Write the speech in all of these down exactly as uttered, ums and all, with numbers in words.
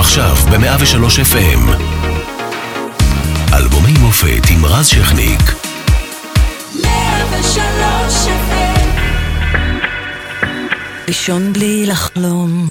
עכשיו ב-מאה ושלוש אף אם אלבומי מופת עם רז שכניק. מאה ושלוש אף אם לישון בלי לחלום.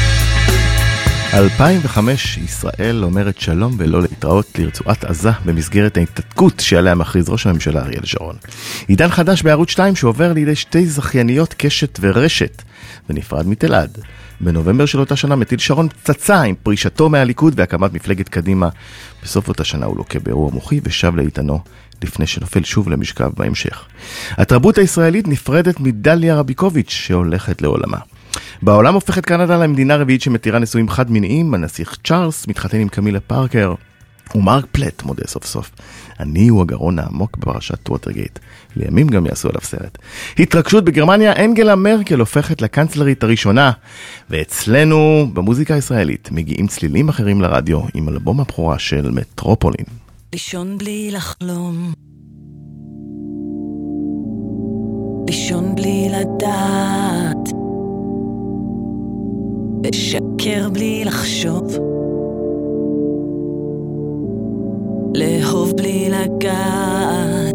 אלפיים וחמש ישראל אומרת שלום ולא להתראות לרצועת עזה במסגרת ההתנתקות שעליה מכריז ראש הממשלה אריאל שרון. עידן חדש בערוץ שתיים שעובר לידי שתי זכייניות קשת ורשת ונפרד מתלעד. בנובמבר של אותה שנה מטיל שרון פצצה עם פרישתו מהליכוד והקמת מפלגת קדימה. בסוף אותה שנה הוא לוקה באירוע מוחי ושב לאיתנו לפני שנופל שוב למשכב בהמשך. התרבות הישראלית נפרדת מדליה רביקוביץ' שהולכת לעולמה. בעולם הופכת קנדה למדינה רביעית שמתירה נישואים חד מיניים. הנסיך צ'ארלס מתחתן עם קמילה פארקר ומרק פלט מודה סוף סוף. אני הוא הגרון העמוק בפרשת ווטרגייט. לימים גם יעשו עליו סרט. התרגשות בגרמניה, אנגלה מרקל הופכת לקנצלרית הראשונה. ואצלנו במוזיקה הישראלית מגיעים צלילים אחרים לרדיו עם אלבום הבכורה של מטרופולין. לישון בלי לחלום, לישון בלי לדעת, לשקר בלי לחשוב, לאהוב בלי לגעת.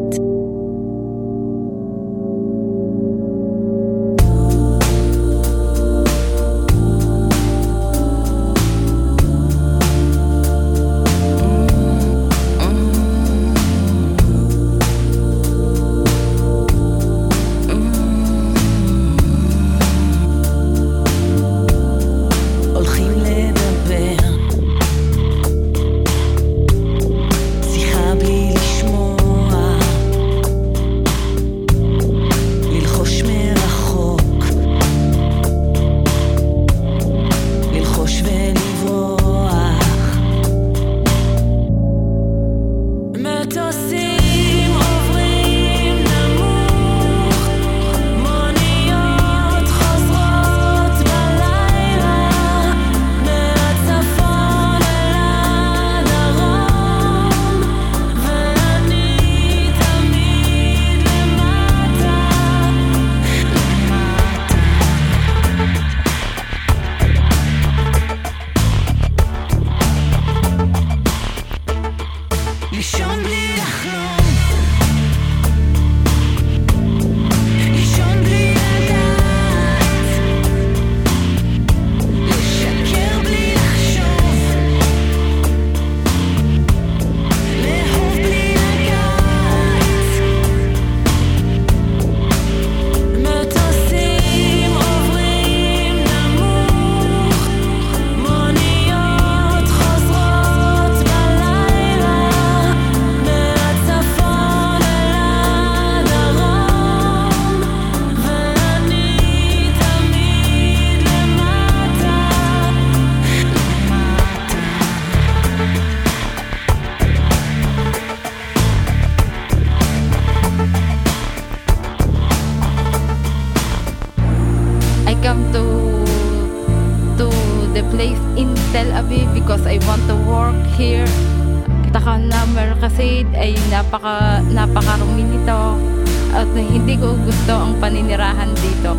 Napaka, napakarumi nito at hindi ko gusto ang paninirahan dito.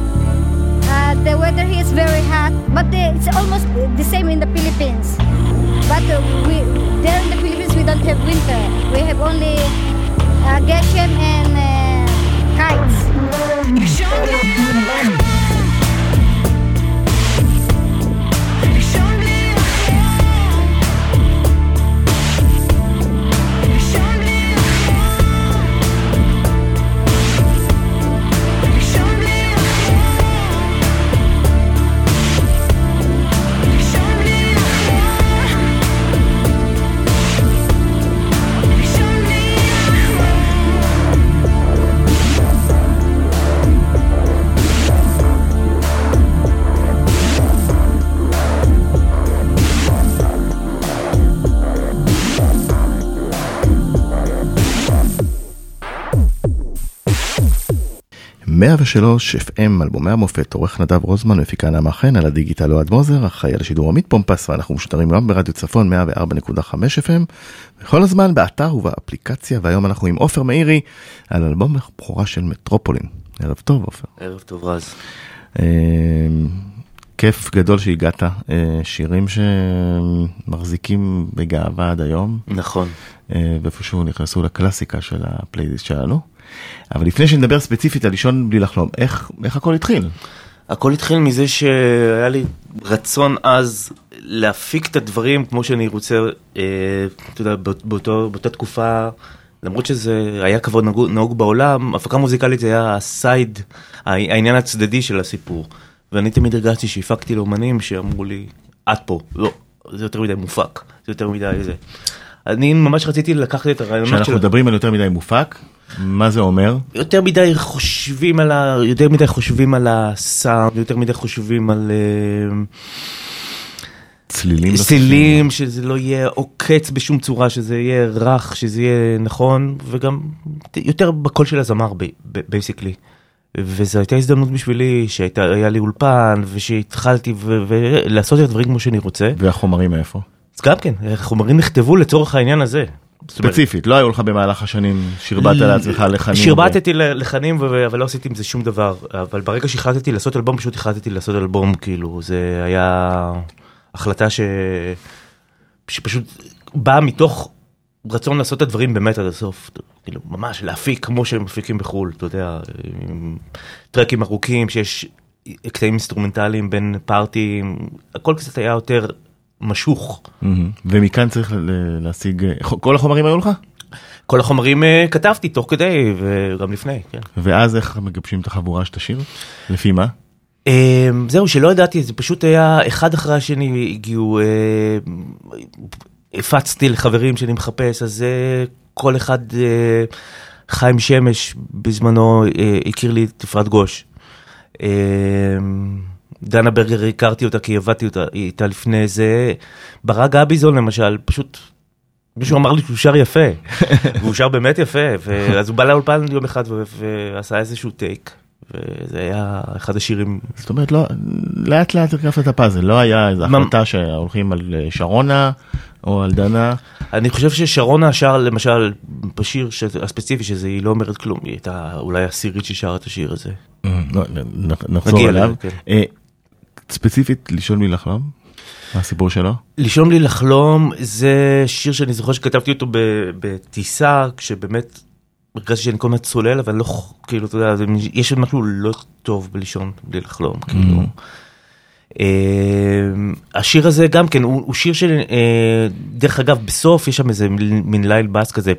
Uh, the weather here is very hot, but the, it's almost the same in the Philippines. But uh, we, there in the Philippines we don't have winter. We have only uh, geshem and uh, kites. מאה ושלוש אף אם אלבומי המופת, עורך נדב רוזמן, מפיקה נעמה חן, על הדיגיטל אוהד מוזר, אחראי על השידור עמית פומפס, ואנחנו משודרים גם ברדיו צפון מאה וארבע נקודה חמש אף אם, וכל הזמן באתר ובאפליקציה, והיום אנחנו עם עופר מאירי, על אלבום הבכורה של מטרופולין. ערב טוב, עופר. ערב טוב, רז. כיף גדול שהגעת, שירים שמחזיקים בגאווה עד היום. נכון. ואיפשהו נכנסו לקלאסיקה של הפלייליסט שלנו. אבל לפני שנדבר ספציפית על לישון בלי לחלום, איך, איך הכל התחיל? הכל התחיל מזה שהיה לי רצון אז להפיק את הדברים כמו שאני רוצה, אה, אתה יודע, באותו, באותה תקופה, למרות שזה היה כבוד נהוג, נהוג בעולם, הפקה מוזיקלית זה היה הסייד, העניין הצדדי של הסיפור. ואני תמיד הרגשתי שהפקתי לאומנים שאמרו לי, את פה, לא, זה יותר מדי מופק, זה יותר מדי זה. אני ממש רציתי לקחת את הרעיונות של... כשאנחנו מדברים על יותר מדי מופק, מה זה אומר? יותר מדי חושבים על ה... יותר מדי חושבים על הסאונד, יותר מדי חושבים על... צלילים. צלילים, שזה לא יהיה עוקץ בשום צורה, שזה יהיה רך, שזה יהיה נכון, וגם יותר בקול של הזמר, בייסיקלי. וזו הייתה הזדמנות בשבילי, שהיה לי אולפן, ושהתחלתי לעשות את הדברים כמו שאני רוצה. והחומרים מאיפה? אז גם כן, החומרים נכתבו לצורך העניין הזה. ספציפית, לא היו לך במהלך השנים, שרבטת לעצמך לחנים. שרבטתי לחנים, אבל לא עשיתי עם זה שום דבר. אבל ברגע שהחלטתי לעשות אלבום, פשוט החלטתי לעשות אלבום, כאילו, זה היה החלטה ש... שפשוט באה מתוך רצון לעשות את הדברים באמת עד הסוף. כאילו, ממש להפיק כמו שהם מפיקים בחול, אתה יודע, עם טרקים ארוכים, שיש קטעים אינסטרומנטליים בין פארטים, הכל קצת היה יותר משוך. ומכאן צריך להשיג, כל החומרים היו לך? כל החומרים כתבתי תוך כדי וגם לפני, כן. ואז איך מגבשים את החבורה שתשיר? לפי מה? זהו, שלא ידעתי, זה פשוט היה אחד אחרי השני הגיעו, הפצתי לחברים שאני מחפש, אז כל אחד, חיים שמש בזמנו הכיר לי את אפרת גוש. דנה ברגר, הכרתי אותה כי עבדתי אותה, איתה לפני זה. ברק גביזון למשל, פשוט מישהו אמר לי שהוא שר יפה, והוא שר באמת יפה, אז הוא בא לאולפן יום אחד ועשה איזשהו טייק, וזה היה אחד השירים. זאת אומרת, לאט לאט הרכבת את הפאזל, לא היה איזו החלטה שהולכים על שרונה או על דנה? אני חושב ששרונה שר למשל בשיר הספציפי שזה היא לא אומרת כלום, היא הייתה אולי הסירית ששרה את השיר הזה. נחזור אליו. ספציפית, לישון בלי לחלום? מה הסיפור שלו? לישון בלי לחלום זה שיר שאני זוכר שכתבתי אותו בטיסה, כשבאמת הרגשתי שאני כל מיני צולל, אבל לא, כאילו, אתה יודע, יש משהו לא טוב בלישון בלי לחלום, כאילו. השיר הזה גם כן, הוא שיר של, דרך אגב, בסוף יש שם איזה מין ליל בס כזה,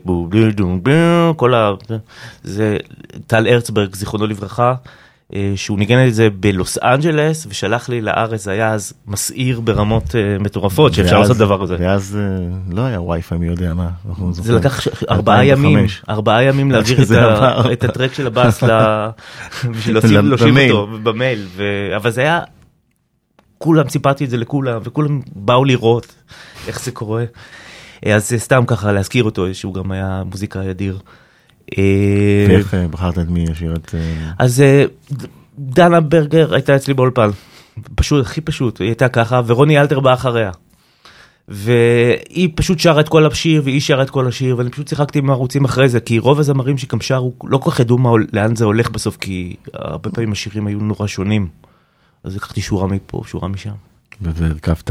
כל ה... זה טל הרצברג, זיכרונו לברכה, שהוא ניגן את זה בלוס אנג'לס, ושלח לי לארץ, זה היה אז מסעיר ברמות מטורפות, שאפשר לעשות דבר הזה. ואז לא היה וי-פיי, מי יודע מה. זה לקח ארבעה ימים, ארבעה ימים להעביר את הטרק של הבאס, בשביל להושיב אותו במייל, אבל זה היה, כולם, סיפרתי את זה לכולם, וכולם באו לראות איך זה קורה. אז סתם ככה להזכיר אותו, שהוא גם היה מוזיקה ידיר. ואיך בחרת את מי ישירת? אז דנה ברגר הייתה אצלי באולפן, פשוט, הכי פשוט, היא הייתה ככה, ורוני אלתר בא אחריה. והיא פשוט שרה את כל השיר, והיא שרה את כל השיר, ואני פשוט שיחקתי עם הערוצים אחרי זה, כי רוב הזמרים שגם שרו, לא כל כך ידעו לאן זה הולך בסוף, כי הרבה פעמים השירים היו נורא שונים. אז לקחתי שורה מפה, שורה משם. וזה הרכבת.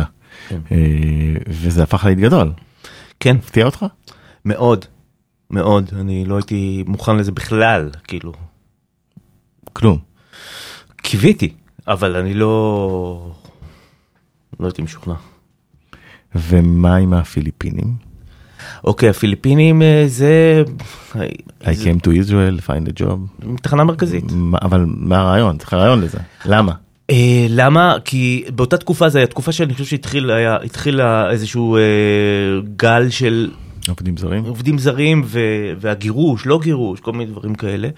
וזה הפך להיט גדול. כן. הפתיע אותך? מאוד. מאוד, אני לא הייתי מוכן לזה בכלל, כאילו. כלום. קיוויתי, אבל אני לא... לא הייתי משוכנע. ומה עם הפיליפינים? אוקיי, הפיליפינים זה... I came to Israel, find a job. תחנה מרכזית. אבל מה הרעיון? צריך הרעיון לזה. למה? למה? כי באותה תקופה, זו הייתה תקופה שאני חושב שהתחיל איזשהו גל של... עובדים זרים? עובדים זרים והגירוש, לא גירוש, כל מיני דברים כאלה.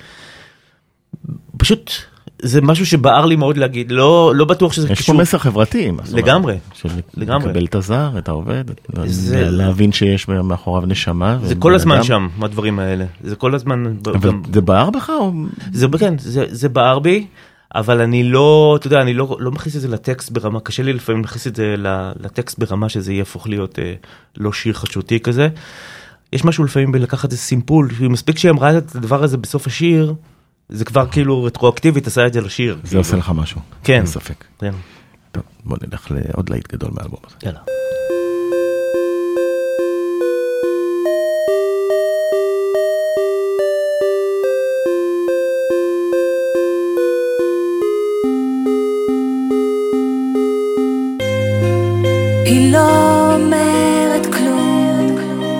פשוט, זה משהו שבער לי מאוד להגיד, לא, לא בטוח שזה קשור. יש פה מסר חברתי. לגמרי. לגמרי. לקבל את הזר, את העובד, להבין שיש מאחוריו נשמה. זה כל הזמן שם, מהדברים האלה. זה כל הזמן... אבל זה בער בך? זה, כן, זה בער בי. אבל אני לא, אתה יודע, אני לא, לא מכניס את זה לטקסט ברמה, קשה לי לפעמים להכניס את זה לטקסט ברמה שזה יהפוך להיות אה, לא שיר חדשותי כזה. יש משהו לפעמים בלקחת איזה סימפול, מספיק שהיא אמרה את הדבר הזה בסוף השיר, זה כבר כאילו רטרואקטיבית עשה את זה לשיר. זה עושה לך משהו. כן. בספק. כן. טוב, בוא נלך לעוד להיט גדול מהאלבום הזה. יאללה. היא לא אומרת כלום,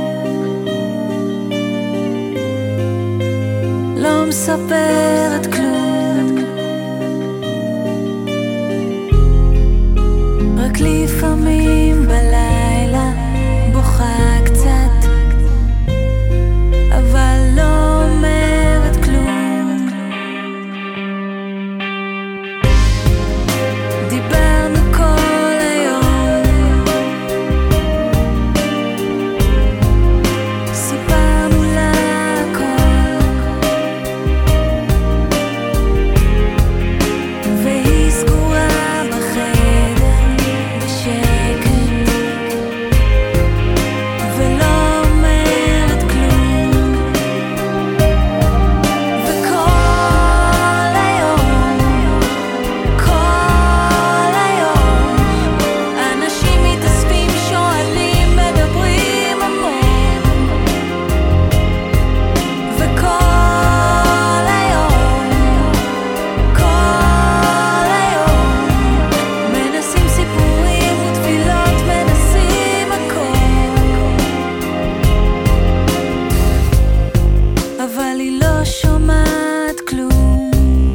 לא מספרת כלום, רק לפעמים בלילה בוכה קצת, אבל לא אומרת כלום. דיברנו כל היום, סיפרנו לה הכל, והיא סגורה בחדר בשקט ולא אומרת כלום. וכל היום, כל היום אנשים מתאספים, שואלים, מדברים המון. וכל היום, כל היום מנסים סיפורים ותפילות, מנסים הכל, אבל היא לא שומעת כלום.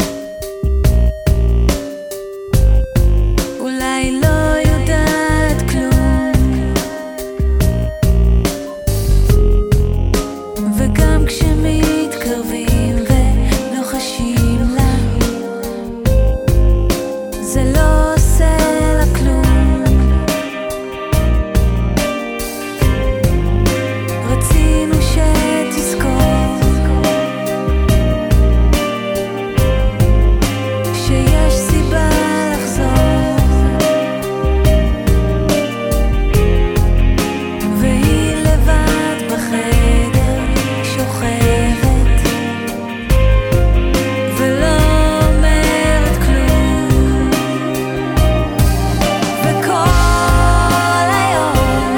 אולי היא לא יודעת כלום, וגם כשמתקרבים ולוחשים לה, זה לא עושה לה כלום. רצינו שתזכור שיש סיבה לחזור, והיא לבד בחדר שוכבת ולא אומרת כלום. וכל היום,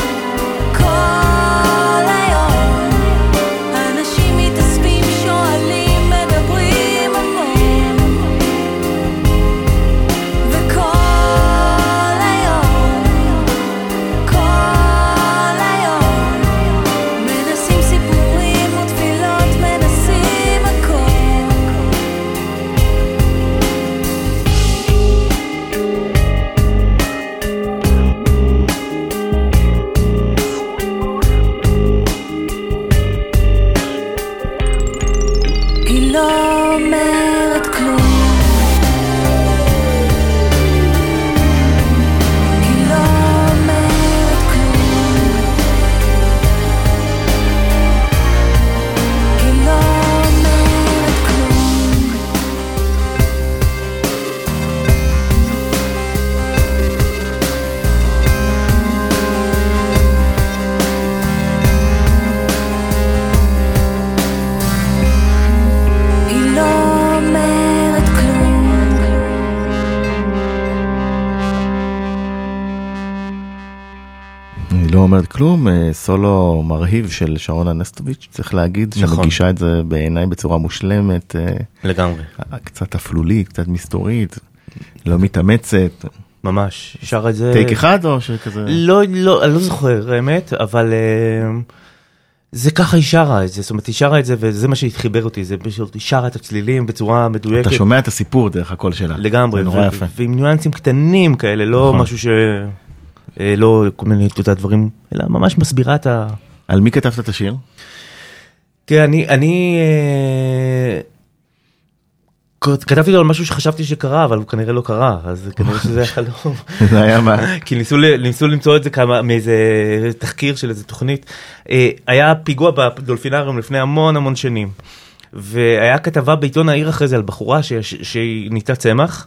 כל היום אנשים מתאספים, שואלים, מדברים המון. וכל היום, כל היום מנסים סיפורים ותפילות, מנסים הכל. היא לא אומרת כלום, היא לא אומרת כלום, היא לא אומרת כלום. היא לא אומרת כלום. היא לא אומרת כלום, אה, סולו מרהיב של שרונה נסטוביץ', צריך להגיד, נכון. שמגישה את זה בעיניי בצורה מושלמת, אה, לגמרי. קצת אפלולית, קצת מסתורית, לא מתאמצת. ממש. שר את זה... טייק אחד או שכזה? לא, לא, אני לא זוכר, האמת, אבל אה, זה ככה היא שרה את זה, זאת אומרת, היא שרה את זה, וזה מה שהתחיבר אותי, זה פשוט, היא שרה את הצלילים בצורה מדויקת. אתה שומע את הסיפור דרך הקול שלה. לגמרי, זה נורא ו- יפה. ועם ניואנסים קטנים כאלה, לא נכון. משהו ש... אה, לא כל מיני את יודעת, דברים, אלא ממש מסבירה את ה... על מי כתבת את השיר? תראה, אני, אני אה, כתבתי לו על משהו שחשבתי שקרה, אבל הוא כנראה לא קרה, אז כנראה שזה היה חלום. זה היה מה? כי ניסו, ניסו למצוא את זה כמה, מאיזה תחקיר של איזה תוכנית. אה, היה פיגוע בדולפינריום לפני המון המון שנים, והיה כתבה בעיתון העיר אחרי זה על בחורה שהיא ניתה צמח,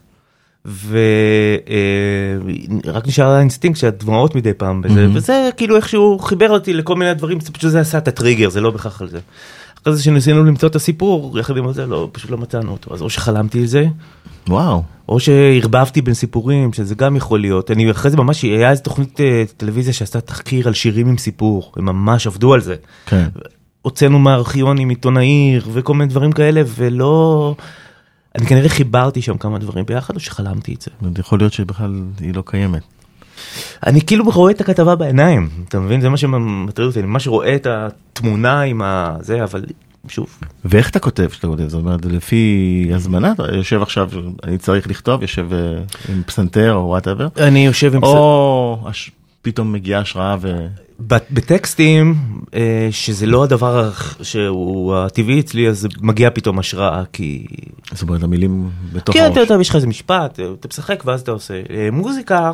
ורק נשאר האינסטינקט שהדמעות מדי פעם, וזה כאילו איכשהו חיבר אותי לכל מיני דברים, פשוט זה עשה את הטריגר, זה לא בכך על זה. אחרי זה שניסינו למצוא את הסיפור, יחד עם זה, לא, פשוט לא מצאנו אותו. אז או שחלמתי על זה, וואו. או שהרבבתי בין סיפורים, שזה גם יכול להיות. אני אחרי זה ממש, היה איזו תוכנית טלוויזיה שעשתה תחקיר על שירים עם סיפור, הם ממש עבדו על זה. כן. הוצאנו מהארכיונים, עיתון העיר, וכל מיני דברים כאלה, ולא... אני כנראה חיברתי שם כמה דברים ביחד, או שחלמתי את זה. יכול להיות שבכלל היא לא קיימת. אני כאילו רואה את הכתבה בעיניים, אתה מבין? זה מה שמטריד אותי, אני ממש רואה את התמונה עם הזה, אבל שוב. ואיך אתה כותב שאתה כותב? זאת אומרת, לפי הזמנה, אתה יושב עכשיו, אני צריך לכתוב, יושב עם פסנתר או whatever? אני יושב עם פסנתר. או פתאום מגיעה השראה ו... בטקסטים, שזה לא הדבר שהוא הטבעי אצלי, אז מגיע פתאום השראה, כי... זאת אומרת, המילים בתוך הראש. כן, הראש. יש לך איזה משפט, אתה משחק ואז אתה עושה. מוזיקה,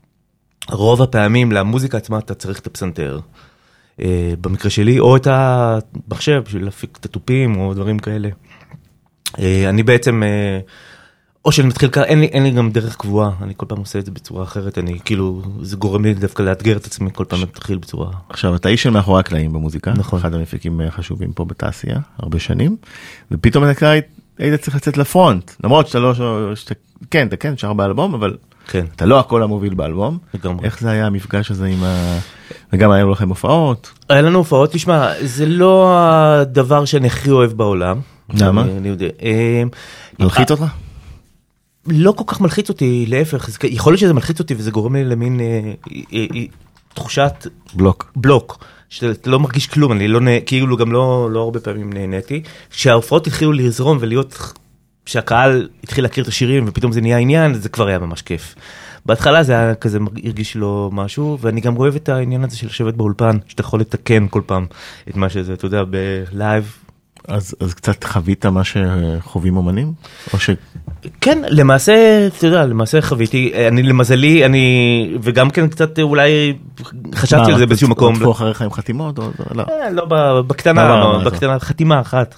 רוב הפעמים למוזיקה עצמה אתה צריך את הפסנתר. במקרה שלי, או את המחשב, בשביל להפיק את הטופים, או דברים כאלה. אני בעצם... או שאני מתחיל ככה, אין לי, אין לי גם דרך קבועה, אני כל פעם עושה את זה בצורה אחרת, אני כאילו, זה גורם לי דווקא לאתגר את עצמי, כל פעם מתחיל בצורה... עכשיו, אתה איש של מאחורי הקלעים במוזיקה, נכון. אחד המפיקים חשובים פה בתעשייה, הרבה שנים, ופתאום אתה היית צריך לצאת לפרונט, למרות שאתה לא, שאתה, כן, אתה כן, שר באלבום, אבל כן. אתה לא הכל המוביל באלבום. לגמרי. איך זה היה המפגש הזה עם ה... וגם היה לכם הופעות? היה לנו הופעות, תשמע, זה לא הדבר שאני הכי אוהב בעולם. למה? אני, אני יודע. מלחיץ אותך? לא כל כך מלחיץ אותי, להפך, יכול להיות שזה מלחיץ אותי וזה גורם לי למין אה, אה, אה, תחושת בלוק. בלוק, שאתה לא מרגיש כלום, אני לא, כאילו גם לא, לא הרבה פעמים נהניתי, כשההופעות התחילו לזרום ולהיות, שהקהל התחיל להכיר את השירים ופתאום זה נהיה עניין, זה כבר היה ממש כיף. בהתחלה זה היה כזה, הרגיש לו משהו, ואני גם אוהב את העניין הזה של לשבת באולפן, שאתה יכול לתקן כל פעם את מה שזה, אתה יודע, בלייב, אז, אז קצת חווית מה שחווים אומנים? או ש... כן, למעשה, אתה יודע, למעשה חוויתי, אני למזלי, אני, וגם כן קצת אולי חשבתי על זה באיזשהו מקום. רדפו אחריך עם חתימות? או לא? לא, בקטנה, בקטנה, חתימה אחת.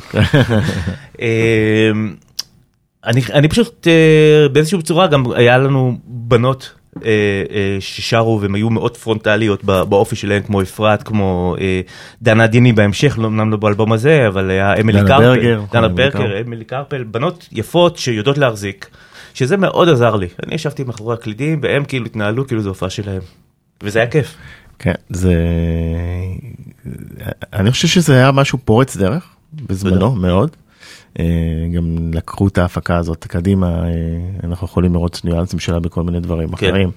אני פשוט, באיזשהו צורה, גם היה לנו בנות, ששרו והם היו מאוד פרונטליות באופי שלהם, כמו אפרת, כמו דנה דיני בהמשך, אמנם לא באלבום הזה, אבל היה אמילי קרפל, דנה ברגר, אמילי קרפל, בנות יפות שיודעות להחזיק, שזה מאוד עזר לי. אני ישבתי מאחורי הקלידים, והם כאילו התנהלו כאילו זו הופעה שלהם, וזה היה כיף. כן, זה... אני חושב שזה היה משהו פורץ דרך, בזמנו, מאוד. גם לקחו את ההפקה הזאת קדימה, אנחנו יכולים לראות ניואנסים שלה בכל מיני דברים אחרים.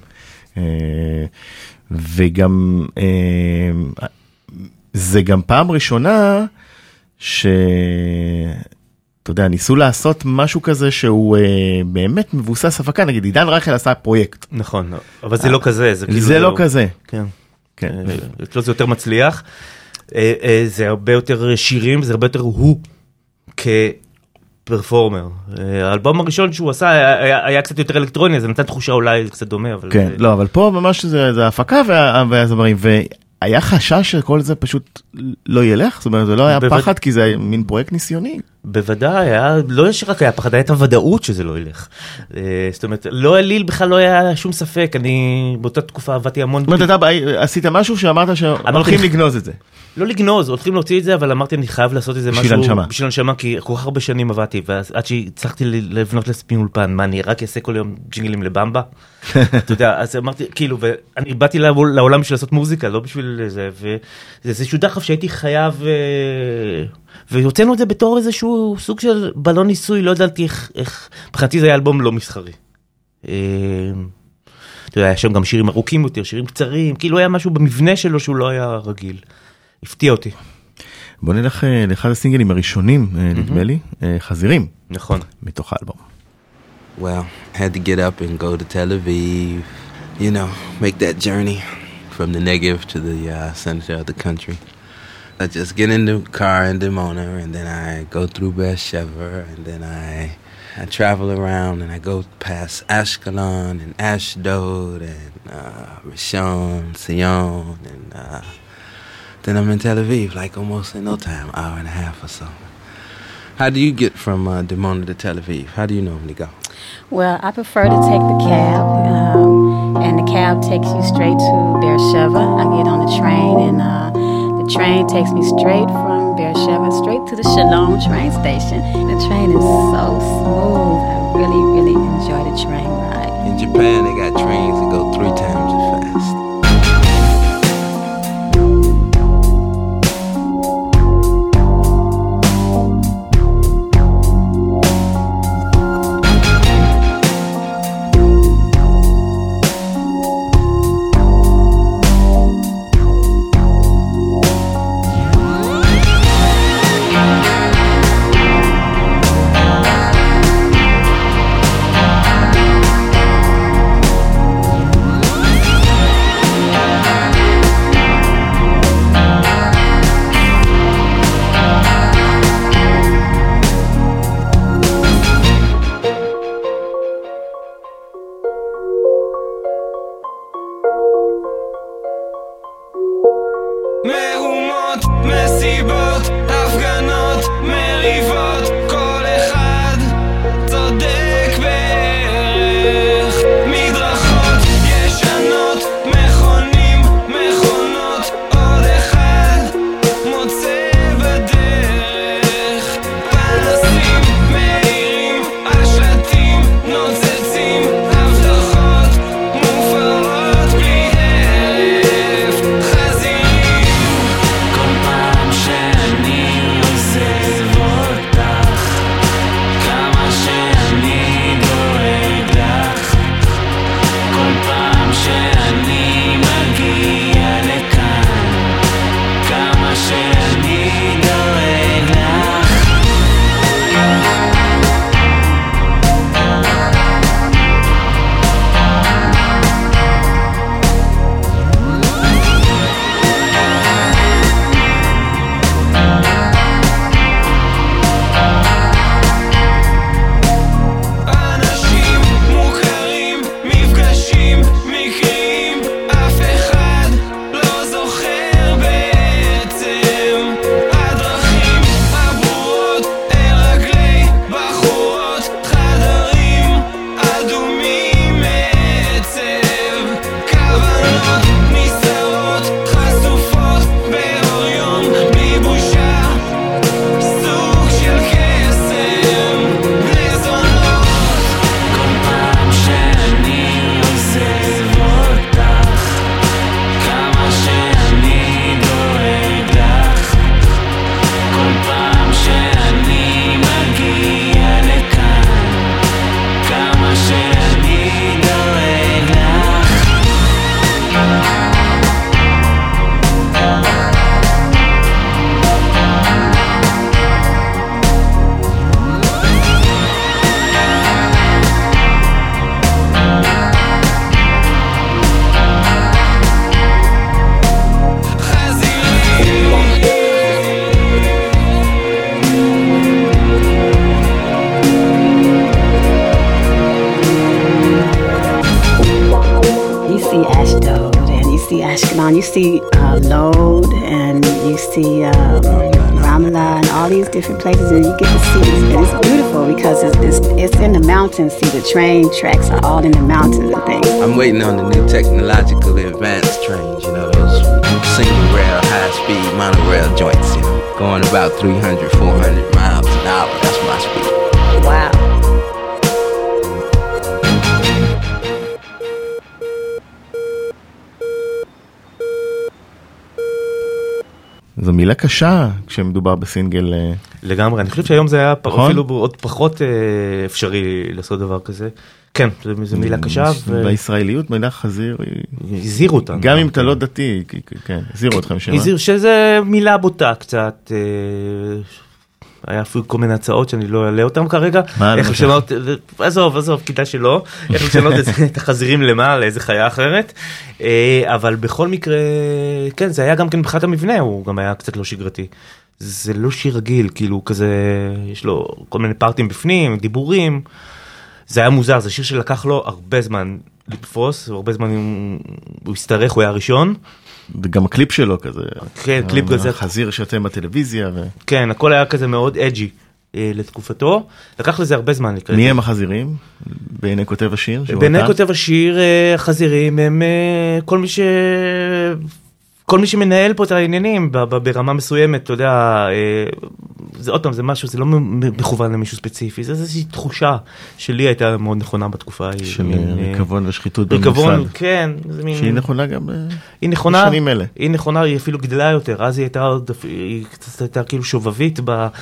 וגם, זה גם פעם ראשונה שאתה יודע, ניסו לעשות משהו כזה שהוא באמת מבוסס הפקה, נגיד עידן רייכל עשה פרויקט. נכון, אבל זה לא כזה. זה לא כזה. כן. אצלו זה יותר מצליח, זה הרבה יותר שירים, זה הרבה יותר הוא כפרפורמר. האלבום הראשון שהוא עשה היה, היה קצת יותר אלקטרוני, זה נתן תחושה אולי קצת דומה. אבל כן, זה... לא, אבל פה ממש זה, זה הפקה והזמרים, והיה חשש שכל זה פשוט לא ילך? זאת אומרת, זה לא היה בווד... פחד, כי זה מין פרויקט ניסיוני. בוודאי, היה, לא שרק היה פחד, היה את הוודאות שזה לא ילך. זאת אומרת, לא אליל בכלל לא היה שום ספק, אני באותה תקופה עבדתי המון... זאת אומרת, אתה עשית משהו שאמרת שהולכים לגנוז את זה. לא לגנוז, הולכים להוציא את זה, אבל אמרתי, אני חייב לעשות את זה משהו... בשביל הנשמה. בשביל הנשמה, כי כל כך הרבה שנים עבדתי, ועד שהצלחתי לבנות לספין אולפן, מה, אני רק אעשה כל יום ג'ינגלים לבמבה? אתה יודע, אז אמרתי, כאילו, ואני באתי לעולם בשביל לעשות מוזיקה, לא בשביל זה, וזה איזשהו דחף שהייתי חייב... ויוצאנו את זה בתור איזשהו סוג של בלון ניסוי, לא ידעתי איך... מבחינתי זה היה אלבום לא מסחרי. אתה יודע, היה שם גם שירים ארוכים יותר, שירים קצרים, כאילו היה משהו במבנה שלו שהוא לא היה רגיל. הפתיע אותי. בוא נלך לאחד הסינגלים הראשונים, נדמה לי, חזירים. נכון. מתוך האלבום. Well, had to get up and go to Tel Aviv, you know, make that journey from the Negev to the uh, center of the country. I just get in the car in Dimona, and then I go through Beersheba, and then I I travel around, and I go past Ashkelon and Ashdod and uh, Rishon, Sion, and uh, then I'm in Tel Aviv, like almost in no time, hour and a half or so. How do you get from uh, Dimona to Tel Aviv? How do you normally go? Well, I prefer to take the cab, um, and the cab takes you straight to Beersheba. I get on the train, and uh, the train takes me straight from Beersheba straight to the Shalom train station. The train is so smooth. I really, really enjoy the train ride. In Japan, they got trains that go three times as fast. You see uh, Lod, and you see um, Ramallah, and all these different places, and you get to see it. And it's beautiful because it's, it's it's in the mountains. See, the train tracks are all in the mountains and things. I'm waiting on the new technologically advanced trains, you know, those single rail, high speed monorail joints, you know, going about three hundred, four hundred miles an hour. That's my speed. Wow. זו מילה קשה כשמדובר בסינגל. לגמרי, אני חושב שהיום זה היה אפילו עוד פחות אפשרי לעשות דבר כזה. כן, זו מילה קשה. בישראליות מילה חזיר. הזהירו אותם. גם אם אתה לא דתי, כן, הזהירו אתכם שמה. הזהיר שזה מילה בוטה קצת. היה אפילו כל מיני הצעות שאני לא אעלה אותם כרגע. איך לשנות, עזוב, עזוב, כדאי שלא. איך לשנות את החזירים למה, לאיזה חיה אחרת. אבל בכל מקרה, כן, זה היה גם כן מבחינת המבנה, הוא גם היה קצת לא שגרתי. זה לא שיר רגיל, כאילו כזה, יש לו כל מיני פארטים בפנים, דיבורים. זה היה מוזר, זה שיר שלקח לו הרבה זמן לתפוס, הרבה זמן הוא הסתרך, הוא היה הראשון. וגם הקליפ שלו כזה. כן, קליפ כזה. חזיר שאתם בטלוויזיה. ו... כן, הכל היה כזה מאוד אג'י אה, לתקופתו. לקח לזה הרבה זמן. לקראת. מי הם החזירים? בעיני כותב השיר? בעיני כותב השיר, אה, החזירים הם אה, כל מי ש... כל מי שמנהל פה את העניינים ברמה מסוימת, אתה יודע, זה עוד פעם, זה משהו, זה לא מכוון למישהו ספציפי, זה איזושהי תחושה שלי הייתה מאוד נכונה בתקוה ההיא. של ריקבון ושחיתות בממסד. ריקבון, כן. שהיא נכונה גם בשנים אלה. היא נכונה, היא אפילו גדלה יותר, אז היא הייתה עוד, היא קצת הייתה כאילו שובבית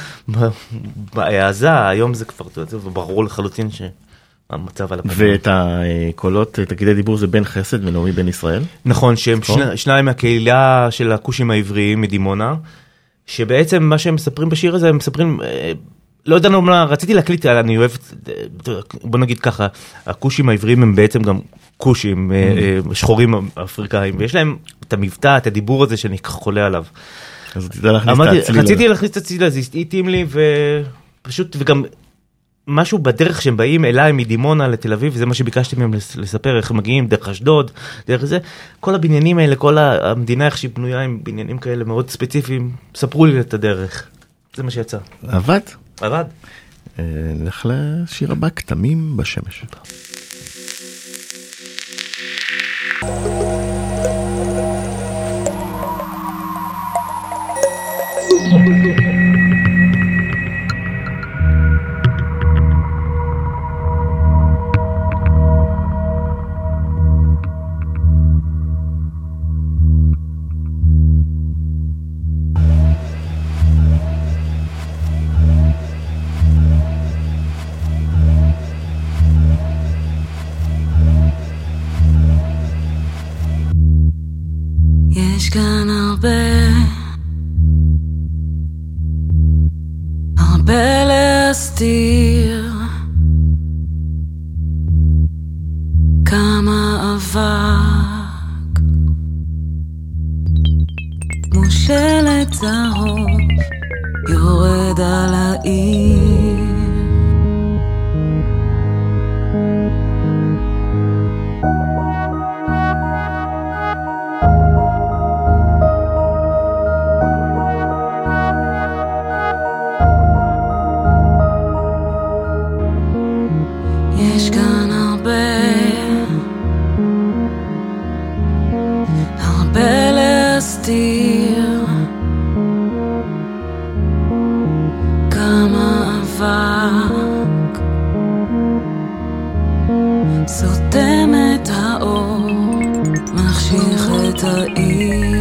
בהעזה, היום זה כבר, זה ברור לחלוטין ש... המצב על הפנים. ואת הקולות, תגידי דיבור זה בן חסד ונעמי בן ישראל? נכון, שהם שני, שניים מהקהילה של הכושים העבריים מדימונה, שבעצם מה שהם מספרים בשיר הזה, הם מספרים, לא ידענו מה, רציתי להקליט, אני אוהב, בוא נגיד ככה, הכושים העבריים הם בעצם גם כושים, שחורים אפריקאים, ויש להם את המבטא, את הדיבור הזה שאני חולה עליו. אז תדע להכניס את הצליל. רציתי להכניס את הצליל הזה, התאים לי, ופשוט, וגם, משהו בדרך שהם באים אליי מדימונה לתל אביב, וזה מה שביקשתי מהם לספר, איך הם מגיעים, דרך אשדוד, דרך זה, כל הבניינים האלה, כל המדינה איך שהיא בנויה עם בניינים כאלה מאוד ספציפיים, ספרו לי את הדרך. זה מה שיצא. עבד? עבד. נלך לשיר הבא, כתמים בשמש. יש כאן הרבה, הרבה להסתיר, כמה אבק, כמו שלט זהוב יורד על העיר. יש כאן הרבה, הרבה להסתיר, כמה אבק סותם את האור, מחשיך את העיר.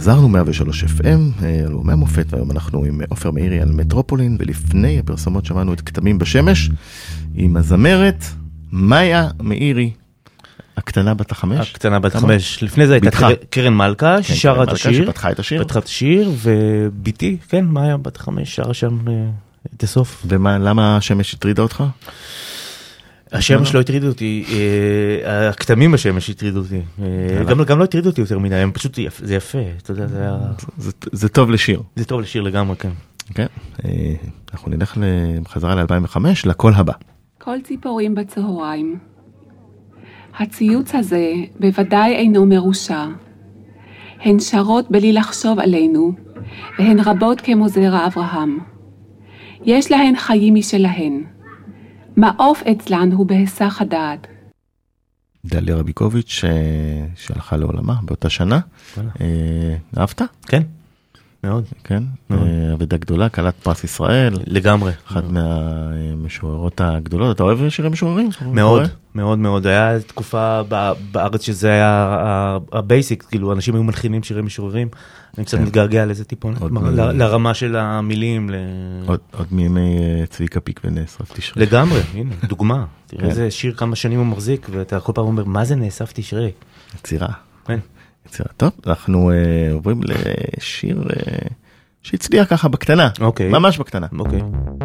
חזרנו מאה ושלוש אף אם, אלבומי המופת, והיום אנחנו עם עופר מאירי על מטרופולין, ולפני הפרסומות שמענו את כתמים בשמש, עם הזמרת מאיה מאירי, הקטנה בת החמש. הקטנה בת החמש. לפני זה הייתה קרן מלכה, ששרה את השיר. שפתחה את השיר. פתחה את השיר, וביתי, כן, מאיה בת החמש, שרה שם את הסוף. ולמה השמש הטרידה אותך? השמש לא הטרידו אותי, הכתמים בשמש הטרידו אותי, גם לא הטרידו אותי יותר מדי, הם פשוט, זה יפה, אתה יודע, זה היה... זה טוב לשיר. זה טוב לשיר לגמרי, כן. כן, אנחנו נלך בחזרה ל-אלפיים וחמש, לקול הבא. כל ציפורים בצהריים. הציוץ הזה בוודאי אינו מרושע. הן שרות בלי לחשוב עלינו, והן רבות כמו זרע אברהם. יש להן חיים משלהן. מעוף אצלן הוא בהיסח הדעת. דליה רביקוביץ' שהלכה לעולמה באותה שנה. אהבת? כן, מאוד. כן, עבודה גדולה, קלת פרס ישראל. לגמרי. אחת מהמשוררות הגדולות. אתה אוהב שירי משוררים? מאוד, מאוד מאוד. היה תקופה בארץ שזה היה הבייסיק, כאילו אנשים היו מלחינים שירי משוררים. אני קצת מתגעגע לזה טיפון, לרמה של המילים. עוד מימי צביקה פיק ונאסף תשרי. לגמרי, הנה, דוגמה. תראה איזה שיר כמה שנים הוא מחזיק, ואתה כל פעם אומר, מה זה נאסף תשרי? יצירה. כן. יצירה. טוב, אנחנו עוברים לשיר שהצליח ככה בקטנה. אוקיי. ממש בקטנה. אוקיי.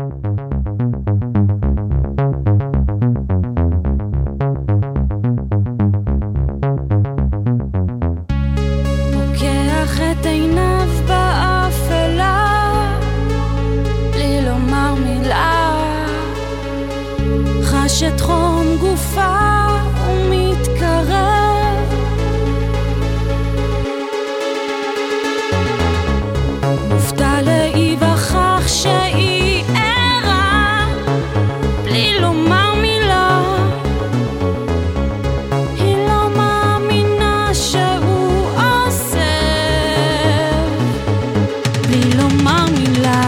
חשת חום גופה ומתקרב, מופתע להיווכח שהיא ערה בלי לומר מילה. היא לא מאמינה שהוא עושה בלי לומר מילה.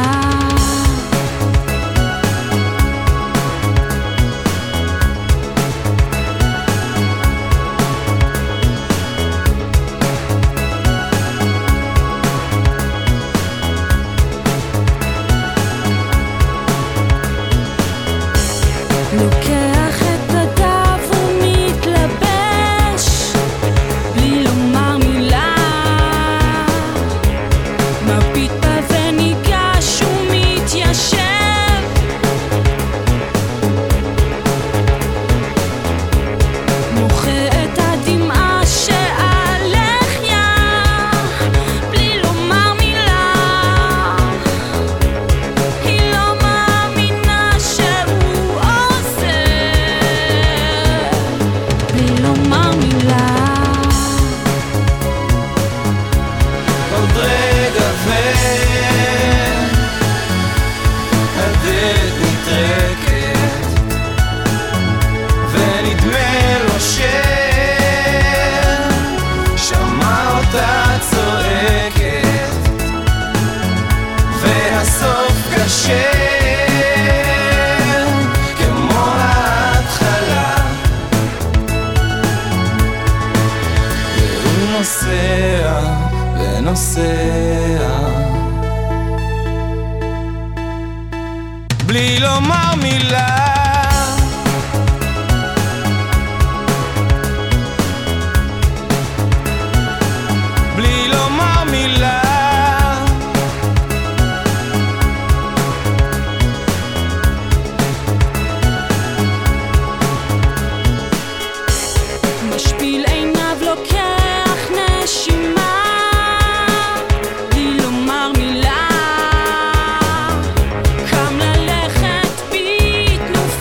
בלי לומר מילה. בלי לומר מילה. משפיל עיניו לוקח נשימה, בלי לומר מילה. קם ללכת בתנופה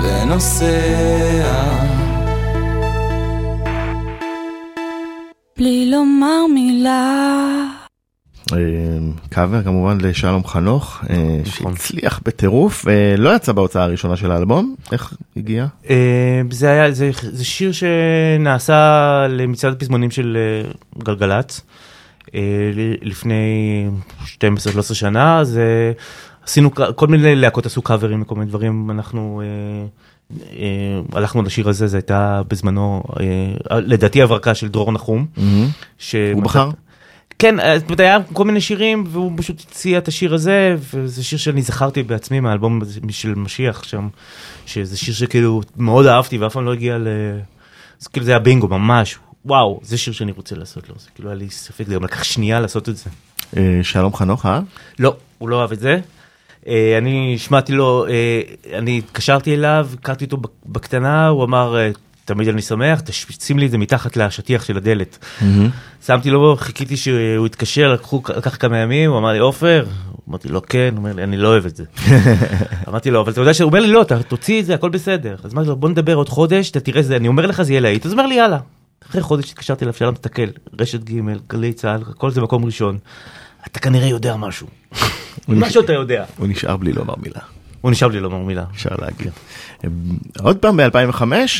ונוסע בלי לומר מילה. קאבר כמובן לשלום חנוך, שהצליח בטירוף, לא יצא בהוצאה הראשונה של האלבום, איך הגיע? זה היה, זה שיר שנעשה למצעד הפזמונים של גלגלצ, לפני שתים עשרה שלוש עשרה שנה, אז עשינו, כל מיני להקות עשו קאברים וכל מיני דברים, אנחנו הלכנו לשיר הזה, זה הייתה בזמנו, לדעתי הברקה של דרור נחום. הוא בחר? כן, היה כל מיני שירים, והוא פשוט הציע את השיר הזה, וזה שיר שאני זכרתי בעצמי מהאלבום של משיח שם, שזה שיר שכאילו מאוד אהבתי, ואף פעם לא הגיע ל... אז כאילו זה היה בינגו, ממש, וואו, זה שיר שאני רוצה לעשות לו, זה כאילו היה לי ספק, זה גם לקח שנייה לעשות את זה. שלום חנוך, אה? לא, הוא לא אהב את זה. אני שמעתי לו, אני התקשרתי אליו, קראתי אותו בקטנה, הוא אמר, תמיד אני שמח, תשים לי את זה מתחת לשטיח של הדלת. שמתי לו, חיכיתי שהוא יתקשר, לקח כמה ימים, הוא אמר לי, עופר? אמרתי לו, כן, הוא אומר לי, אני לא אוהב את זה. אמרתי לו, אבל אתה יודע שהוא אומר לי, לא, תוציא את זה, הכל בסדר. אז אמרתי לו, בוא נדבר עוד חודש, אתה תראה זה, אני אומר לך, זה יהיה להיט. אז אומר לי, יאללה. אחרי חודש התקשרתי אליו, שלום תתקל, רשת ג', גלי צהל, כל זה מקום ראשון. אתה כנראה יודע משהו. משהו אתה יודע. הוא נשאר בלי לומר מילה. הוא נשאר בלי לומר מילה. אפשר להגיד. עוד פעם ב-אלפיים וחמש,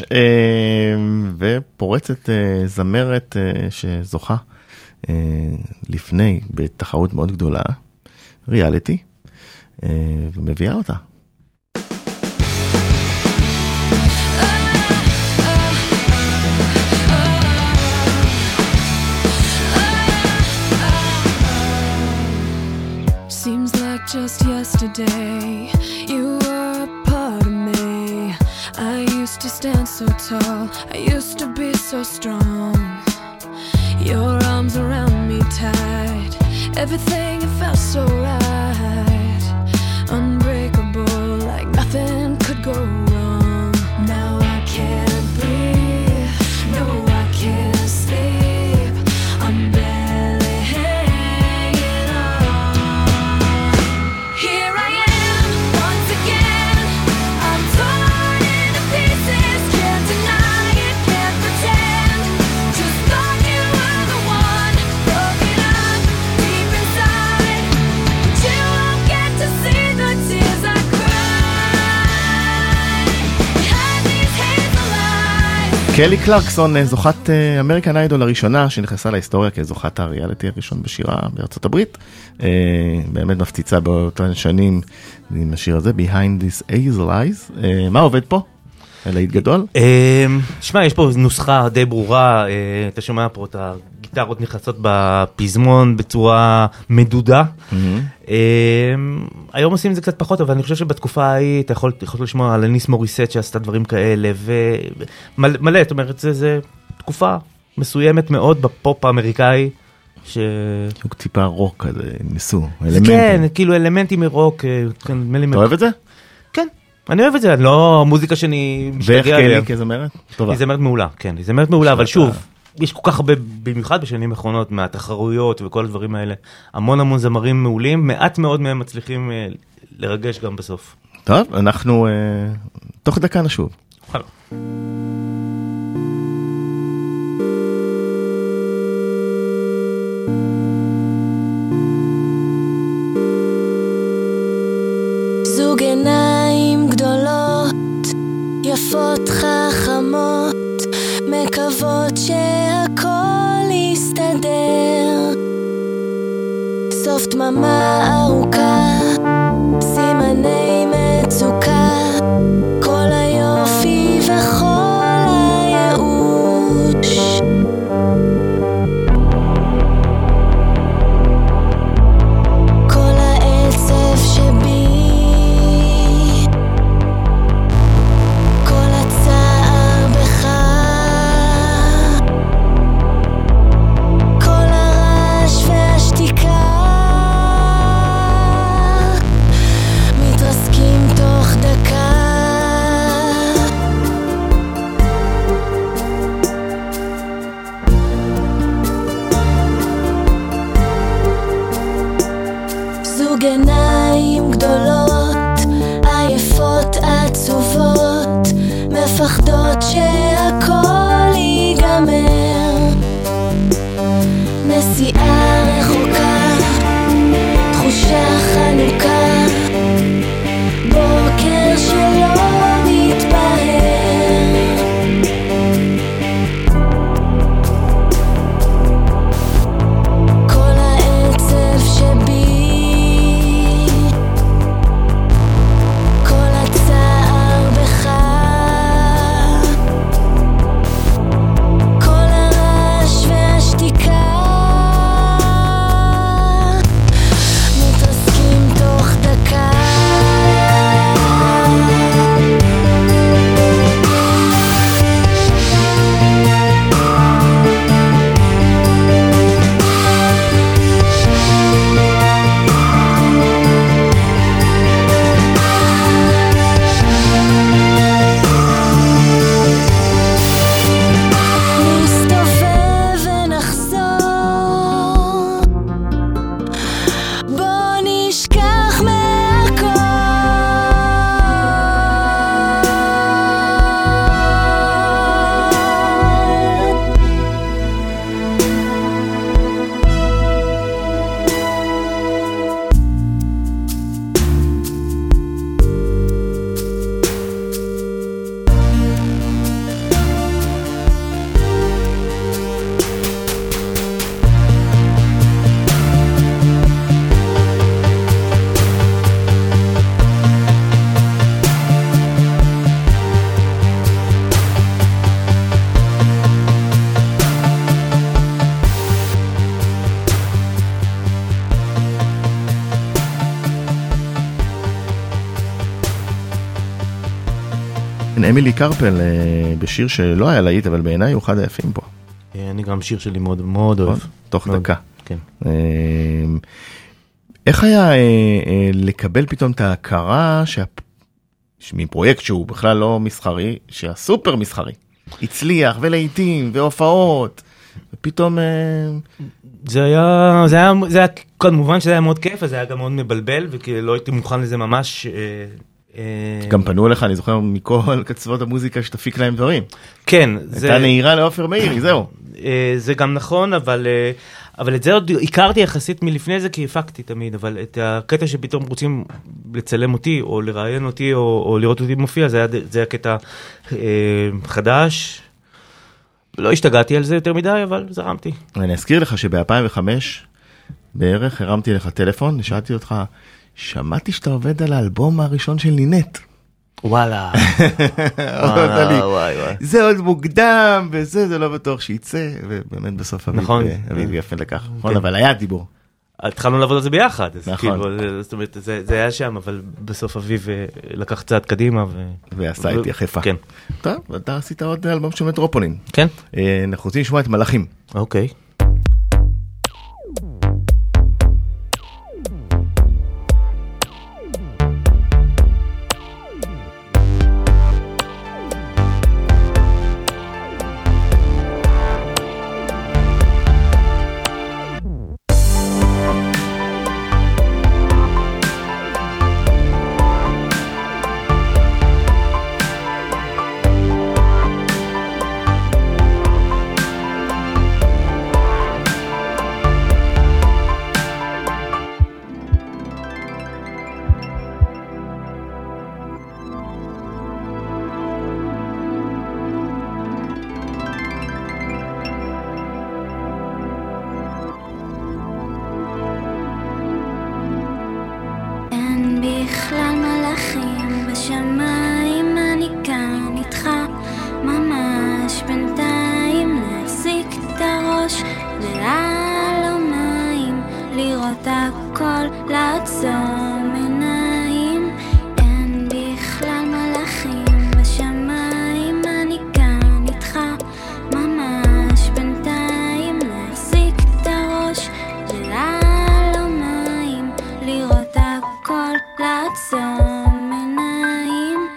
ופורצת זמרת שזוכה לפני בתחרות מאוד גדולה, ריאליטי, ומביאה אותה. Seems like just yesterday you were a part of me. I used to stand so tall, I used to be so strong. Your arms around me tight, everything it felt so right. Unbreakable, like nothing could go wrong. Now I can't breathe, no I can't sleep. I'm barely hanging on. Here I am, once again, I'm torn into pieces. Can't deny it, can't pretend. Just thought you were the one, broken up deep inside. But you won't get to see the tears I cry. Behind these hazel eyes. קלי קלרקסון, זוכת אמריקן איידול הראשונה, שנכנסה להיסטוריה כזוכת הריאליטי הראשון בשירה בארצות הברית. באמת מפציצה באותן שנים עם השיר הזה, Behind These Hazel Eyes. מה עובד פה? להיט גדול? תשמע, יש פה נוסחה די ברורה, אתה שומע פה את הגיטרות נכנסות בפזמון בצורה מדודה. היום עושים את זה קצת פחות, אבל אני חושב שבתקופה ההיא אתה יכול לשמוע על אניס מוריסט שעשתה דברים כאלה, ומלא, זאת אומרת, זה תקופה מסוימת מאוד בפופ האמריקאי, ש... טיפה רוק כזה, ניסו, אלמנטים. כן, כאילו אלמנטים מרוק. אתה אוהב את זה? כן. אני אוהב את זה, לא מוזיקה שאני משתגע עליה. ואיך קלי כזמרת? טובה. היא זמרת מעולה, כן, היא זמרת מעולה, אבל שוב, יש כל כך הרבה, במיוחד בשנים האחרונות, מהתחרויות וכל הדברים האלה, המון המון זמרים מעולים, מעט מאוד מהם מצליחים לרגש גם בסוף. טוב, אנחנו תוך דקה נשוב. חלו. זוג עיניים גדולות, יפות חכמות, מקוות שהכל יסתדר. סוף דממה ארוכה, סימני מצוקה, כל היופי וכל הייאוש. כל העצב שבי, מפחדות שהכל ייגמר. נסיעה רחוקה, תחושה חנוכה, בוקר שלא מתפהר. כל העצב שבי, כל הצער בך, כל הרעש והשתיקה מתרסקים תוך דקה. נסתובב ונחזור, בוא נשכח מהכל. אמילי קרפל בשיר שלא היה להיט, אבל בעיניי הוא אחד היפים פה. אני גם שיר שלי מאוד מאוד אוהב. תוך דקה. כן. איך היה לקבל פתאום את ההכרה מפרויקט שהוא בכלל לא מסחרי, שהסופר מסחרי, הצליח ולעיתים והופעות, ופתאום... זה היה, זה היה, זה היה, כמובן שזה היה מאוד כיף, אז זה היה גם מאוד מבלבל, וכי לא הייתי מוכן לזה ממש... גם פנו לך, אני זוכר, מכל קצוות המוזיקה שתפיק להם דברים. כן. הייתה נהירה לאופר מאירי, זהו. זה גם נכון, אבל, אבל את זה עוד הכרתי יחסית מלפני זה, כי הפקתי תמיד, אבל את הקטע שפתאום רוצים לצלם אותי, או לראיין אותי, או, או לראות אותי מופיע, זה היה, זה היה קטע חדש. לא השתגעתי על זה יותר מדי, אבל זרמתי. אני אזכיר לך שב-אלפיים וחמש בערך הרמתי לך טלפון, נשאלתי אותך, שמעתי שאתה עובד על האלבום הראשון של נינט. וואלה. זה עוד מוקדם, וזה, זה לא בטוח שייצא, ובאמת בסוף אביב יפן לקח. אבל היה דיבור. התחלנו לעבוד על זה ביחד. נכון. זאת אומרת, זה היה שם, אבל בסוף אביב לקח צעד קדימה. ועשה איתי יחפה. כן. טוב, אתה עשית עוד אלבום של מטרופולין. כן. אנחנו רוצים לשמוע את מלאכים. אוקיי. לעצום עיניים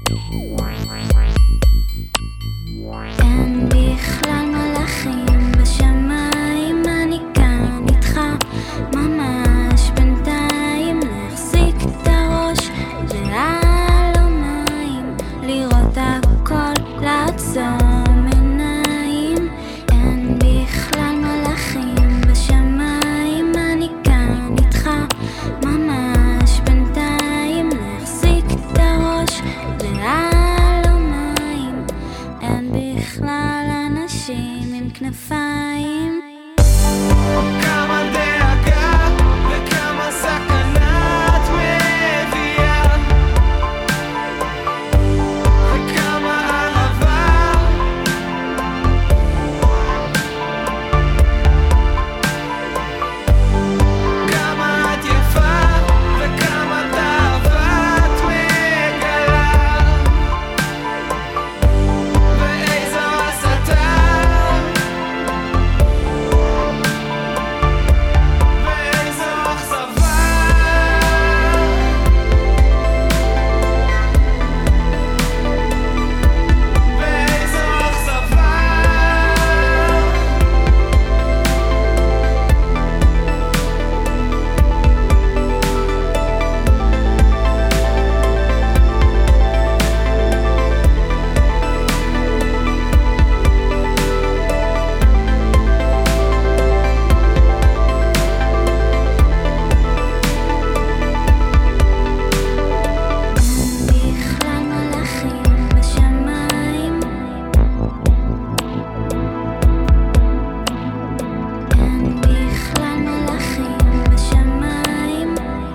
אין בכלל מלאכים בשמיים, אני כאן איתך ממש בינתיים, להחזיק את הראש ועל המים, לראות הכל, לעצום עיניים. אין בכלל מלאכים בשמיים, אני כאן איתך ממש בינתיים, להחזיק את הראש ועל המים. אין בכלל אנשים עם כנפיים. כמה דאגה וכמה סכנה את מביאה, וכמה אהבה, כמה את יפה וכמה תאווה את מגלה, ואיזו הסתה, ואיזו אכזבה, ואיזו אכזבה. בכלל מלאכים בשמיים, אין בכלל מלאכים בשמיים.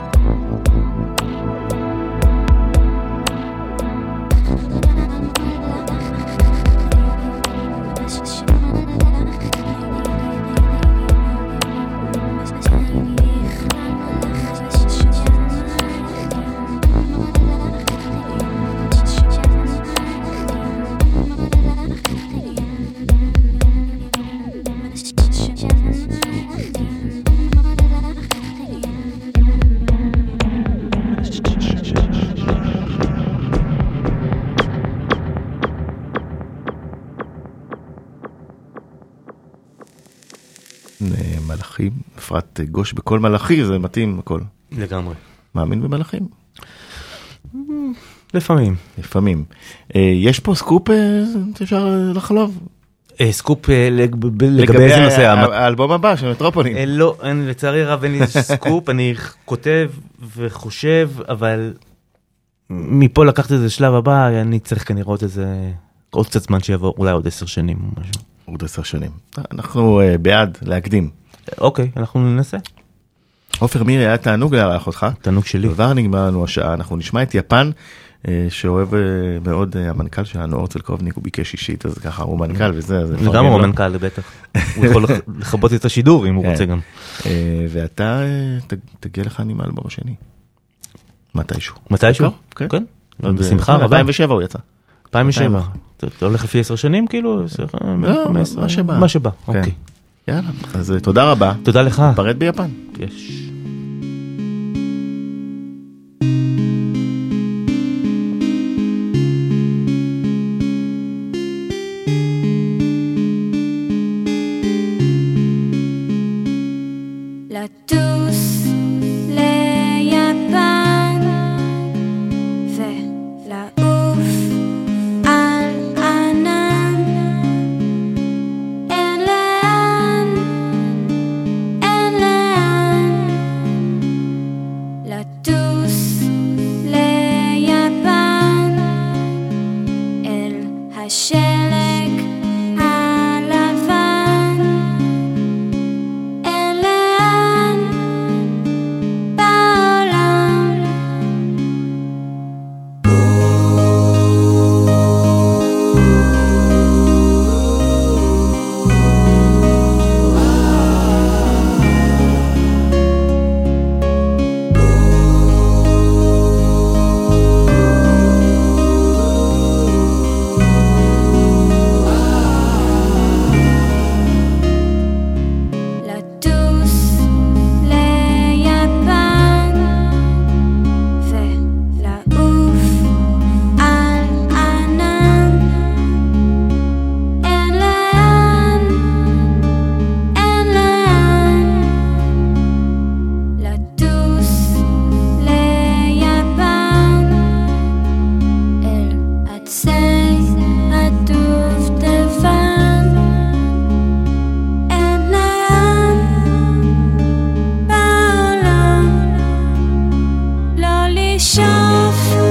מלאכים, אפרת גוש בכל מלאכי, זה מתאים הכל. לגמרי. מאמין במלאכים? לפעמים. לפעמים. אה, יש פה סקופ אה, שאפשר לחלוב? אה, סקופ אה, לג- לגבי איזה נושא? ה- האלבום הבא של מטרופולין. אה, לא, אין, לצערי רב אין לי סקופ, אני כותב וחושב, אבל מפה לקחת איזה שלב הבא, אני צריך כנראה עוד איזה, עוד קצת זמן שיבוא, אולי עוד עשר שנים או משהו. עוד עשר שנים. אנחנו אה, בעד להקדים. אוקיי, אנחנו ננסה. עופר מירי, היה תענוג לארח אותך. תענוג שלי. כבר נגמר לנו השעה, אנחנו נשמע את יפן, אה, שאוהב אה, מאוד אה, המנכ"ל שלנו, אורצל קובניק, הוא ביקש אישית, אז ככה הוא מנכ"ל וזה. אז זה נפרגן גם לו. הוא המנכ"ל, בטח. הוא יכול לח- לכבות את השידור אם הוא כן. רוצה גם. אה, ואתה, אה, ת- תגיע לך עם האלבום השני. מתישהו. מתישהו? כן. כן. עוד, בשמחה אה, רבה. אלפיים ושבע הוא יצא. אלפיים ושבע. אתה אתה הולך לפי עשר שנים כאילו? עשר, לא, חמש עשרה? מה שבא. מה שבא, כן. אוקיי. יאללה, אז אה, תודה רבה. תודה לך. פרד ביפן. יש. לטוס ליפן ולעוף על ענן, אין לאן, אין לאן. לטוס ליפן אל השלג הלבן, אין לאן בעולם. לשאוף